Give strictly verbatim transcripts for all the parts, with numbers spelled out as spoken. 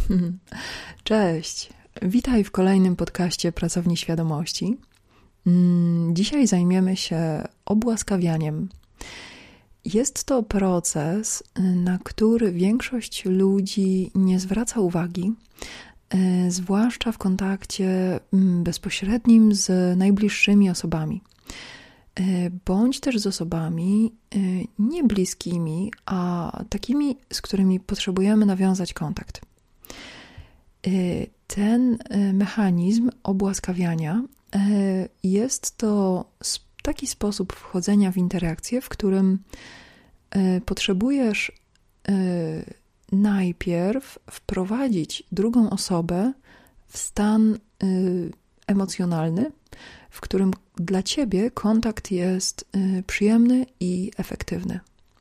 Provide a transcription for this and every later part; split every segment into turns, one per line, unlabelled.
Cześć, witaj w kolejnym podcaście Pracowni Świadomości. Dzisiaj zajmiemy się obłaskawianiem. Jest to proces, na który większość ludzi nie zwraca uwagi, zwłaszcza w kontakcie bezpośrednim z najbliższymi osobami, bądź też z osobami nie bliskimi, a takimi, z którymi potrzebujemy nawiązać kontakt. Ten mechanizm obłaskawiania jest to taki sposób wchodzenia w interakcję, w którym potrzebujesz najpierw wprowadzić drugą osobę w stan emocjonalny, w którym dla ciebie kontakt jest przyjemny i efektywny.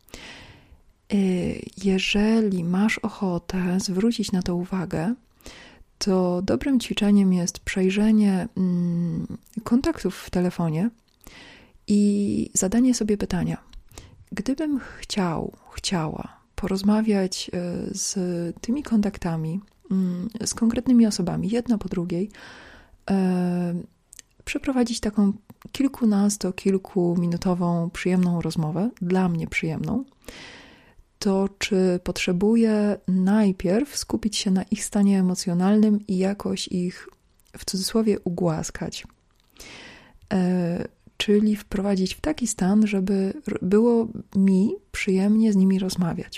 Jeżeli masz ochotę zwrócić na to uwagę, to dobrym ćwiczeniem jest przejrzenie kontaktów w telefonie i zadanie sobie pytania. Gdybym chciał, chciała porozmawiać z tymi kontaktami, z konkretnymi osobami, jedna po drugiej, przeprowadzić taką kilkunasto, kilkuminutową przyjemną rozmowę, dla mnie przyjemną, to czy potrzebuję najpierw skupić się na ich stanie emocjonalnym i jakoś ich, w cudzysłowie, ugłaskać. E, czyli wprowadzić w taki stan, żeby było mi przyjemnie z nimi rozmawiać.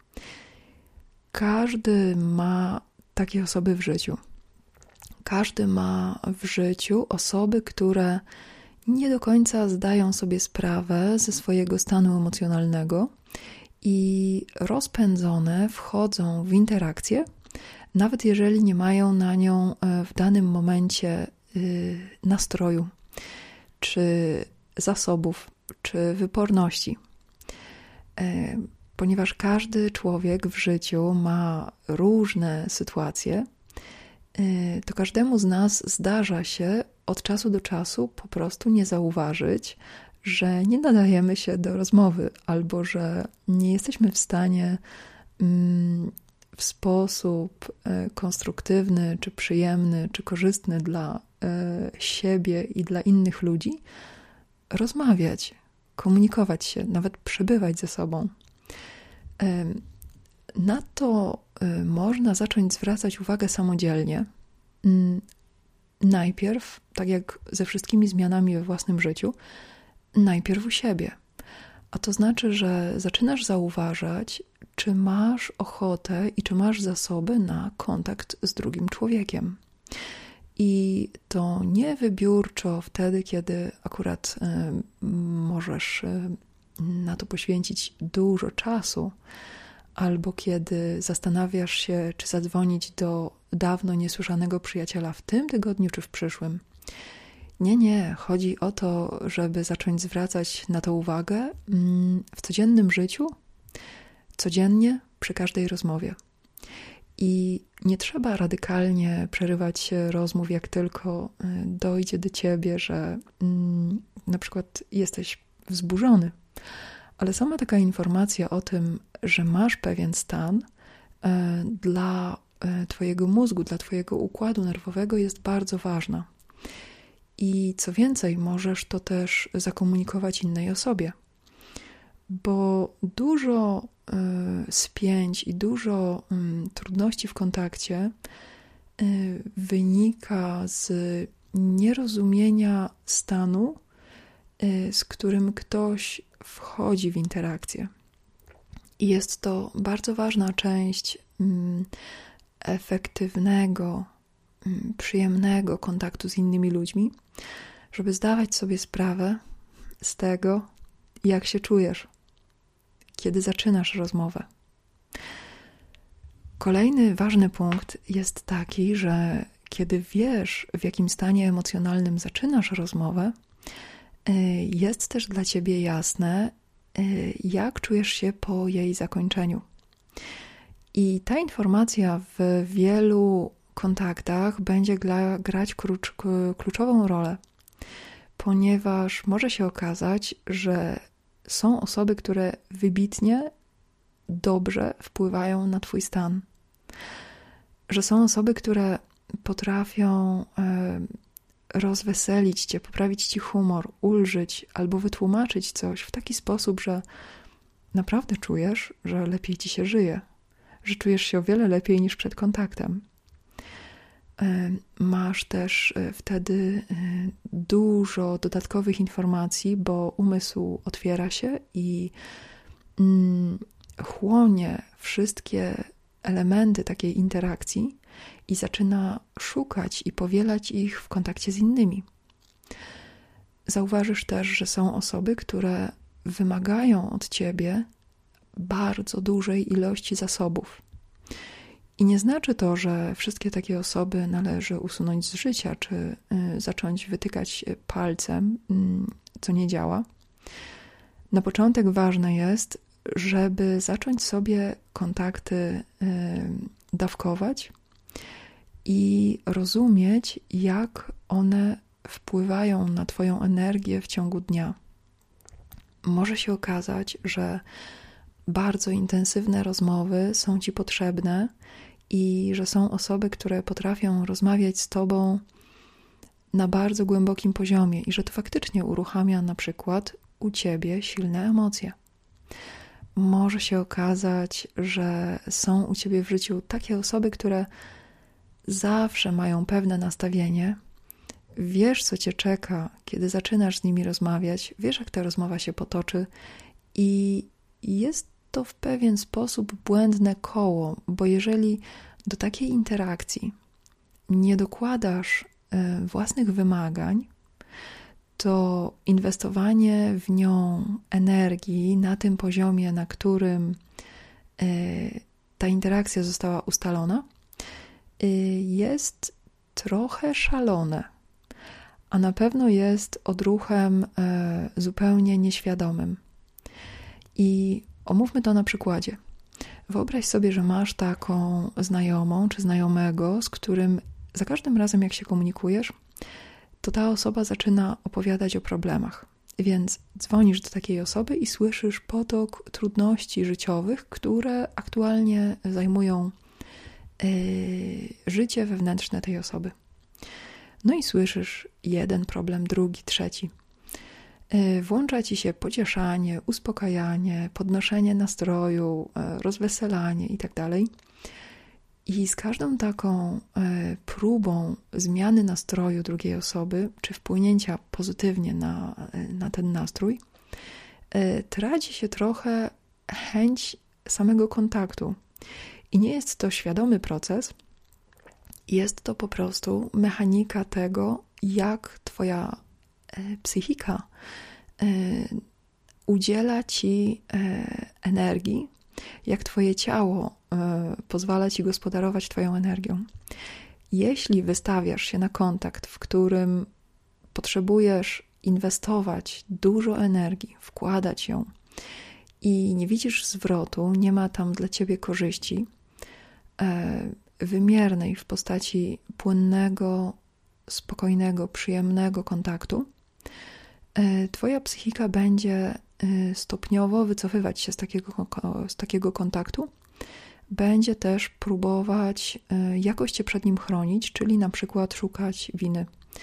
Każdy ma takie osoby w życiu. Każdy ma w życiu osoby, które nie do końca zdają sobie sprawę ze swojego stanu emocjonalnego i rozpędzone wchodzą w interakcję, nawet jeżeli nie mają na nią w danym momencie nastroju, czy zasobów, czy wyporności. Ponieważ każdy człowiek w życiu ma różne sytuacje, to każdemu z nas zdarza się od czasu do czasu po prostu nie zauważyć, że nie nadajemy się do rozmowy, albo że nie jesteśmy w stanie w sposób konstruktywny, czy przyjemny, czy korzystny dla siebie i dla innych ludzi rozmawiać, komunikować się, nawet przebywać ze sobą. Na to można zacząć zwracać uwagę samodzielnie. Najpierw, tak jak ze wszystkimi zmianami we własnym życiu, najpierw u siebie. A to znaczy, że zaczynasz zauważać, czy masz ochotę i czy masz zasoby na kontakt z drugim człowiekiem. I to nie wybiórczo wtedy, kiedy akurat y, możesz y, na to poświęcić dużo czasu, albo kiedy zastanawiasz się, czy zadzwonić do dawno niesłyszanego przyjaciela w tym tygodniu, czy w przyszłym. Nie, nie. Chodzi o to, żeby zacząć zwracać na to uwagę w codziennym życiu, codziennie, przy każdej rozmowie. I nie trzeba radykalnie przerywać rozmów, jak tylko dojdzie do ciebie, że na przykład jesteś wzburzony. Ale sama taka informacja o tym, że masz pewien stan, dla twojego mózgu, dla twojego układu nerwowego jest bardzo ważna. I co więcej, możesz to też zakomunikować innej osobie. Bo dużo y, spięć i dużo y, trudności w kontakcie y, wynika z nierozumienia stanu, y, z którym ktoś wchodzi w interakcję. I jest to bardzo ważna część y, efektywnego, y, przyjemnego kontaktu z innymi ludźmi, żeby zdawać sobie sprawę z tego, jak się czujesz, kiedy zaczynasz rozmowę. Kolejny ważny punkt jest taki, że kiedy wiesz, w jakim stanie emocjonalnym zaczynasz rozmowę, jest też dla ciebie jasne, jak czujesz się po jej zakończeniu. I ta informacja w wielu kontaktach będzie gra, grać klucz, kluczową rolę, ponieważ może się okazać, że są osoby, które wybitnie dobrze wpływają na twój stan. że są osoby, które potrafią rozweselić cię, poprawić ci humor, ulżyć albo wytłumaczyć coś w taki sposób, że naprawdę czujesz, że lepiej ci się żyje, że czujesz się o wiele lepiej niż przed kontaktem. Masz też wtedy dużo dodatkowych informacji, bo umysł otwiera się i chłonie wszystkie elementy takiej interakcji i zaczyna szukać i powielać ich w kontakcie z innymi. Zauważysz też, że są osoby, które wymagają od ciebie bardzo dużej ilości zasobów. I nie znaczy to, że wszystkie takie osoby należy usunąć z życia, czy y, zacząć wytykać palcem, y, co nie działa. Na początek ważne jest, żeby zacząć sobie kontakty y, dawkować i rozumieć, jak one wpływają na twoją energię w ciągu dnia. Może się okazać, że bardzo intensywne rozmowy są ci potrzebne i że są osoby, które potrafią rozmawiać z tobą na bardzo głębokim poziomie i że to faktycznie uruchamia na przykład u ciebie silne emocje. Może się okazać, że są u ciebie w życiu takie osoby, które zawsze mają pewne nastawienie, wiesz, co cię czeka, kiedy zaczynasz z nimi rozmawiać, wiesz, jak ta rozmowa się potoczy i jest to w pewien sposób błędne koło, bo jeżeli do takiej interakcji nie dokładasz własnych wymagań, to inwestowanie w nią energii na tym poziomie, na którym ta interakcja została ustalona, jest trochę szalone, a na pewno jest odruchem zupełnie nieświadomym. I omówmy to na przykładzie. Wyobraź sobie, że masz taką znajomą czy znajomego, z którym za każdym razem, jak się komunikujesz, to ta osoba zaczyna opowiadać o problemach. Więc dzwonisz do takiej osoby i słyszysz potok trudności życiowych, które aktualnie zajmują yy, życie wewnętrzne tej osoby. No i słyszysz jeden problem, drugi, trzeci. Yy, włącza ci się pocieszanie, uspokajanie, podnoszenie nastroju, yy, rozweselanie itd. I z każdą taką y, próbą zmiany nastroju drugiej osoby, czy wpłynięcia pozytywnie na, y, na ten nastrój, y, traci się trochę chęć samego kontaktu. I nie jest to świadomy proces, jest to po prostu mechanika tego, jak twoja y, psychika y, udziela ci y, energii, jak twoje ciało y, pozwala ci gospodarować twoją energią. Jeśli wystawiasz się na kontakt, w którym potrzebujesz inwestować dużo energii, wkładać ją i nie widzisz zwrotu, nie ma tam dla ciebie korzyści y, wymiernej w postaci płynnego, spokojnego, przyjemnego kontaktu, y, twoja psychika będzie stopniowo wycofywać się z takiego, z takiego kontaktu, będzie też próbować jakoś cię przed nim chronić, czyli na przykład szukać winy.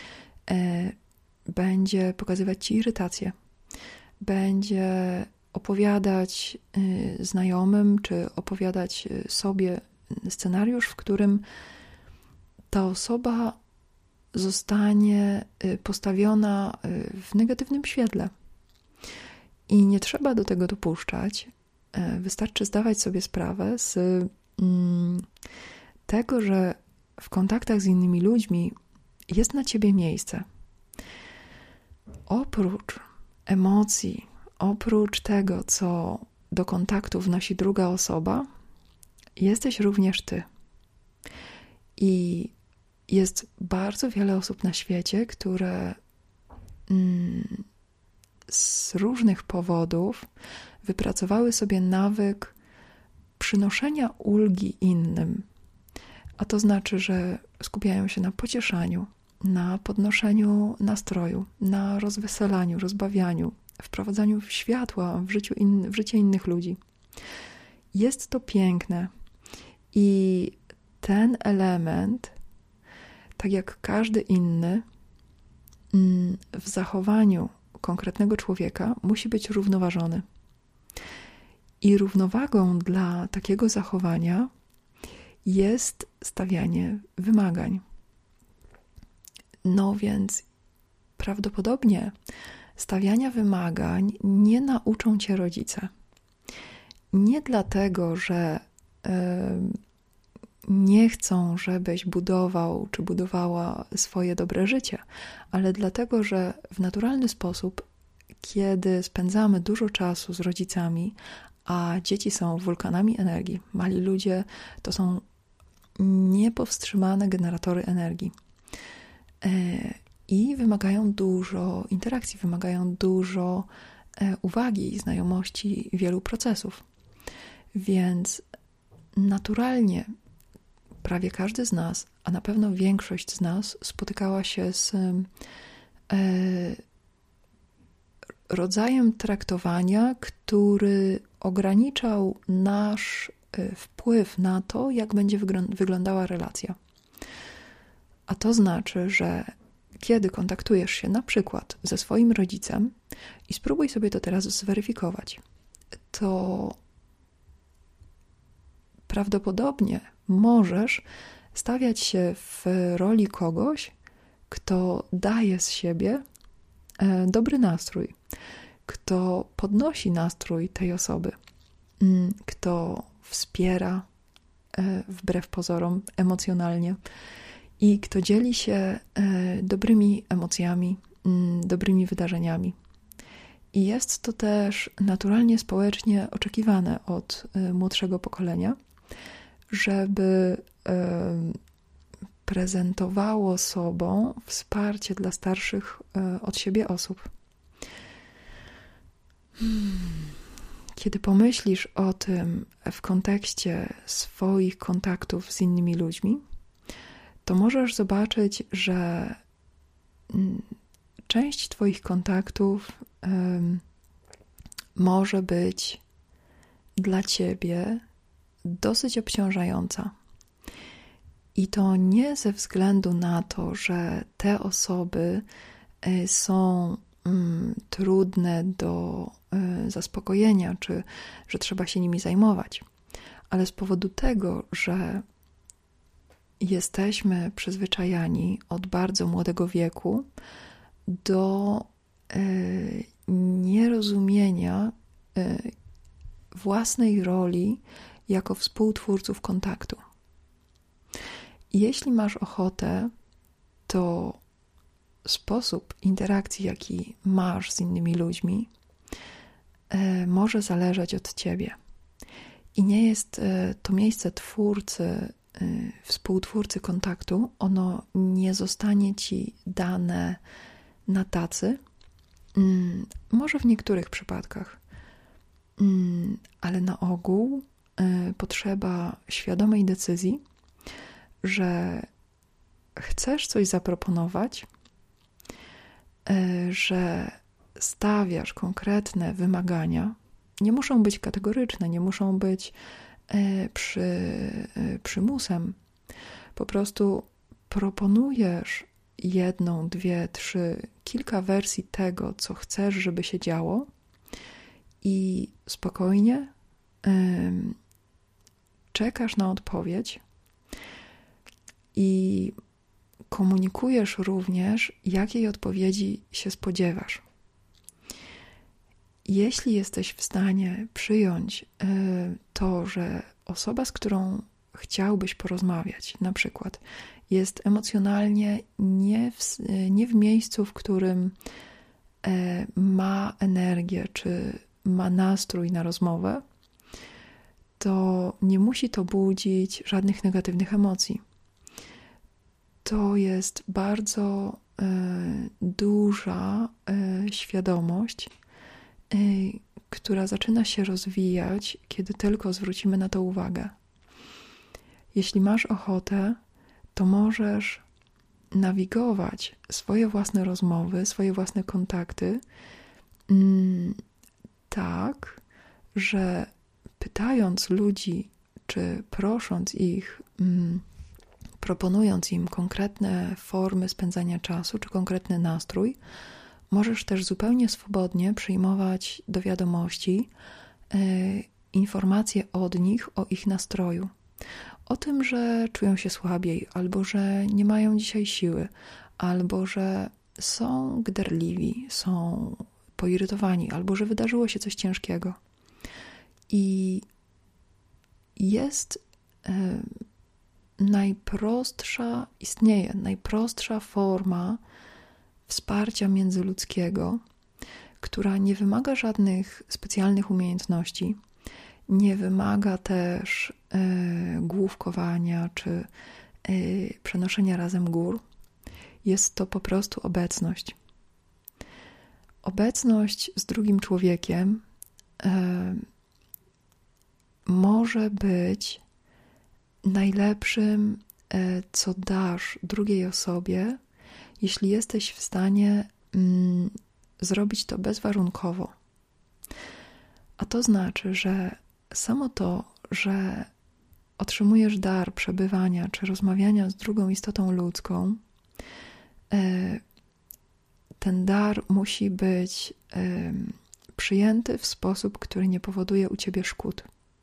Będzie pokazywać ci irytację. Będzie opowiadać znajomym, czy opowiadać sobie scenariusz, w którym ta osoba zostanie postawiona w negatywnym świetle. I nie trzeba do tego dopuszczać. Wystarczy zdawać sobie sprawę z mm, tego, że w kontaktach z innymi ludźmi jest na ciebie miejsce. Oprócz emocji, oprócz tego, co do kontaktu wnosi druga osoba, jesteś również ty. I jest bardzo wiele osób na świecie, które mm, z różnych powodów wypracowały sobie nawyk przynoszenia ulgi innym. A to znaczy, że skupiają się na pocieszaniu, na podnoszeniu nastroju, na rozweselaniu, rozbawianiu, wprowadzaniu światła w, życiu in, w życie innych ludzi. Jest to piękne i ten element, tak jak każdy inny, w zachowaniu konkretnego człowieka musi być równoważony. I równowagą dla takiego zachowania jest stawianie wymagań. No więc prawdopodobnie stawiania wymagań nie nauczą cię rodzice. Nie dlatego, że yy, nie chcą, żebyś budował czy budowała swoje dobre życie, ale dlatego, że w naturalny sposób, kiedy spędzamy dużo czasu z rodzicami, a dzieci są wulkanami energii, mali ludzie to są niepowstrzymane generatory energii i wymagają dużo interakcji, wymagają dużo uwagi, znajomości wielu procesów. Więc naturalnie prawie każdy z nas, a na pewno większość z nas spotykała się z e, rodzajem traktowania, który ograniczał nasz wpływ na to, jak będzie wyglądała relacja. A to znaczy, że kiedy kontaktujesz się na przykład ze swoim rodzicem i spróbuj sobie to teraz zweryfikować, to prawdopodobnie możesz stawiać się w roli kogoś, kto daje z siebie dobry nastrój, kto podnosi nastrój tej osoby, kto wspiera wbrew pozorom emocjonalnie i kto dzieli się dobrymi emocjami, dobrymi wydarzeniami. I jest to też naturalnie społecznie oczekiwane od młodszego pokolenia, żeby prezentowało sobą wsparcie dla starszych od siebie osób. Kiedy pomyślisz o tym w kontekście swoich kontaktów z innymi ludźmi, to możesz zobaczyć, że część twoich kontaktów um, może być dla ciebie dosyć obciążająca. I to nie ze względu na to, że te osoby są um, trudne do um, zaspokojenia, czy że trzeba się nimi zajmować, ale z powodu tego, że jesteśmy przyzwyczajani od bardzo młodego wieku do y, nierozumienia y, własnej roli jako współtwórców kontaktu. Jeśli masz ochotę, to sposób interakcji, jaki masz z innymi ludźmi, y, może zależeć od ciebie. I nie jest y, to miejsce twórcy, y, współtwórcy kontaktu, ono nie zostanie ci dane na tacy, mm, może w niektórych przypadkach, mm, ale na ogół y, potrzeba świadomej decyzji, że chcesz coś zaproponować, y, że stawiasz konkretne wymagania. Nie muszą być kategoryczne, nie muszą być y, przy, y, przymusem. Po prostu proponujesz jedną, dwie, trzy, kilka wersji tego, co chcesz, żeby się działo i spokojnie ym, czekasz na odpowiedź i komunikujesz również, jakiej odpowiedzi się spodziewasz. Jeśli jesteś w stanie przyjąć y, to, że osoba, z którą chciałbyś porozmawiać, na przykład jest emocjonalnie nie w, nie w miejscu, w którym e, ma energię, czy ma nastrój na rozmowę, to nie musi to budzić żadnych negatywnych emocji. To jest bardzo e, duża e, świadomość, e, która zaczyna się rozwijać, kiedy tylko zwrócimy na to uwagę. Jeśli masz ochotę, to możesz nawigować swoje własne rozmowy, swoje własne kontakty mm, tak, że pytając ludzi, czy prosząc ich mm, proponując im konkretne formy spędzania czasu czy konkretny nastrój, możesz też zupełnie swobodnie przyjmować do wiadomości y, informacje od nich o ich nastroju. O tym, że czują się słabiej, albo że nie mają dzisiaj siły, albo że są gderliwi, są poirytowani, albo że wydarzyło się coś ciężkiego. I jest y, najprostsza, istnieje najprostsza forma wsparcia międzyludzkiego, która nie wymaga żadnych specjalnych umiejętności, nie wymaga też y, główkowania czy y, przenoszenia razem gór. Jest to po prostu obecność. Obecność z drugim człowiekiem y, może być najlepszym, y, co dasz drugiej osobie, jeśli jesteś w stanie mm, zrobić to bezwarunkowo. A to znaczy, że samo to, że otrzymujesz dar przebywania czy rozmawiania z drugą istotą ludzką, ten dar musi być przyjęty w sposób, który nie powoduje u ciebie szkód.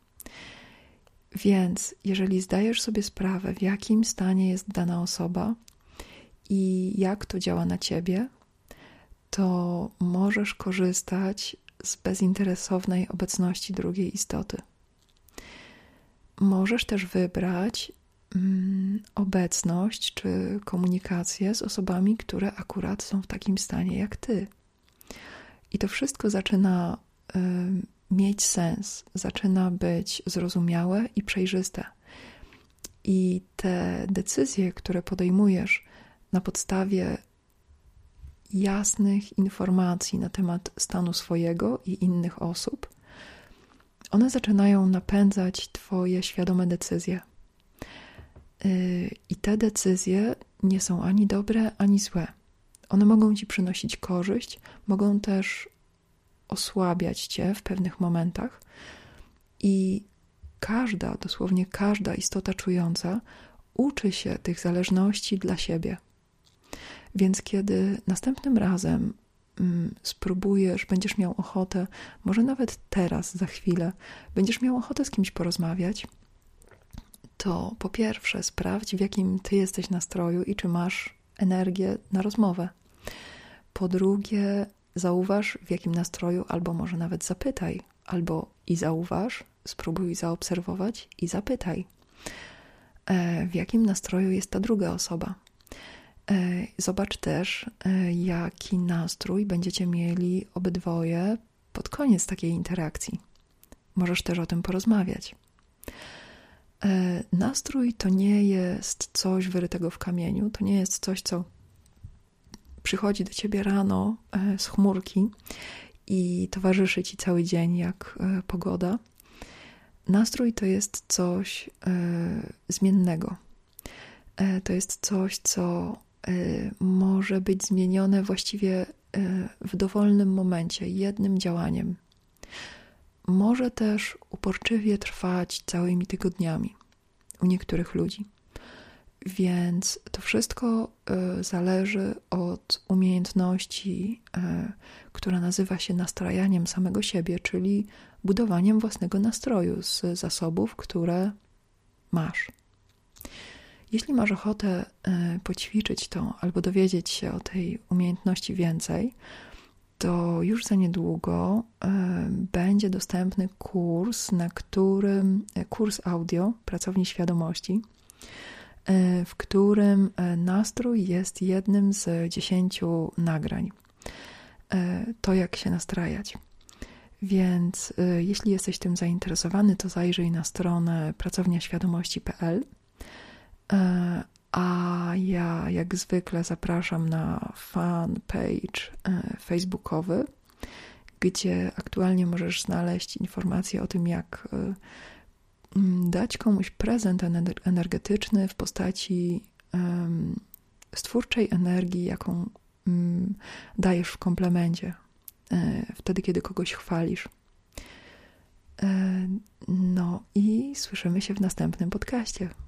Więc jeżeli zdajesz sobie sprawę, w jakim stanie jest dana osoba i jak to działa na ciebie, to możesz korzystać z bezinteresownej obecności drugiej istoty. Możesz też wybrać mm, obecność czy komunikację z osobami, które akurat są w takim stanie jak ty. I to wszystko zaczyna y, mieć sens, zaczyna być zrozumiałe i przejrzyste. I te decyzje, które podejmujesz na podstawie jasnych informacji na temat stanu swojego i innych osób, one zaczynają napędzać twoje świadome decyzje. I te decyzje nie są ani dobre, ani złe. One mogą ci przynosić korzyść, mogą też osłabiać cię w pewnych momentach i każda, dosłownie każda istota czująca uczy się tych zależności dla siebie. Więc kiedy następnym razem mm, spróbujesz, będziesz miał ochotę, może nawet teraz, za chwilę, będziesz miał ochotę z kimś porozmawiać, to po pierwsze sprawdź, w jakim ty jesteś nastroju i czy masz energię na rozmowę. Po drugie, zauważ, w jakim nastroju, albo może nawet zapytaj, albo i zauważ, spróbuj zaobserwować i zapytaj, w jakim nastroju jest ta druga osoba. Zobacz też, jaki nastrój będziecie mieli obydwoje pod koniec takiej interakcji. Możesz też o tym porozmawiać. Nastrój to nie jest coś wyrytego w kamieniu, to nie jest coś, co przychodzi do ciebie rano z chmurki i towarzyszy ci cały dzień jak pogoda. Nastrój to jest coś zmiennego. To jest coś, co może być zmienione właściwie w dowolnym momencie, jednym działaniem. Może też uporczywie trwać całymi tygodniami u niektórych ludzi. Więc to wszystko zależy od umiejętności, która nazywa się nastrajaniem samego siebie, czyli budowaniem własnego nastroju z zasobów, które masz. Jeśli masz ochotę poćwiczyć to albo dowiedzieć się o tej umiejętności więcej, to już za niedługo będzie dostępny kurs, na którym kurs audio Pracowni Świadomości, w którym nastrój jest jednym z dziesięciu nagrań. To, jak się nastrajać. Więc jeśli jesteś tym zainteresowany, to zajrzyj na stronę pracownia świadomości kropka p l. A ja jak zwykle zapraszam na fanpage facebookowy, gdzie aktualnie możesz znaleźć informacje o tym, jak dać komuś prezent energetyczny w postaci stwórczej energii, jaką dajesz w komplemencie, wtedy, kiedy kogoś chwalisz. No i słyszymy się w następnym podcaście.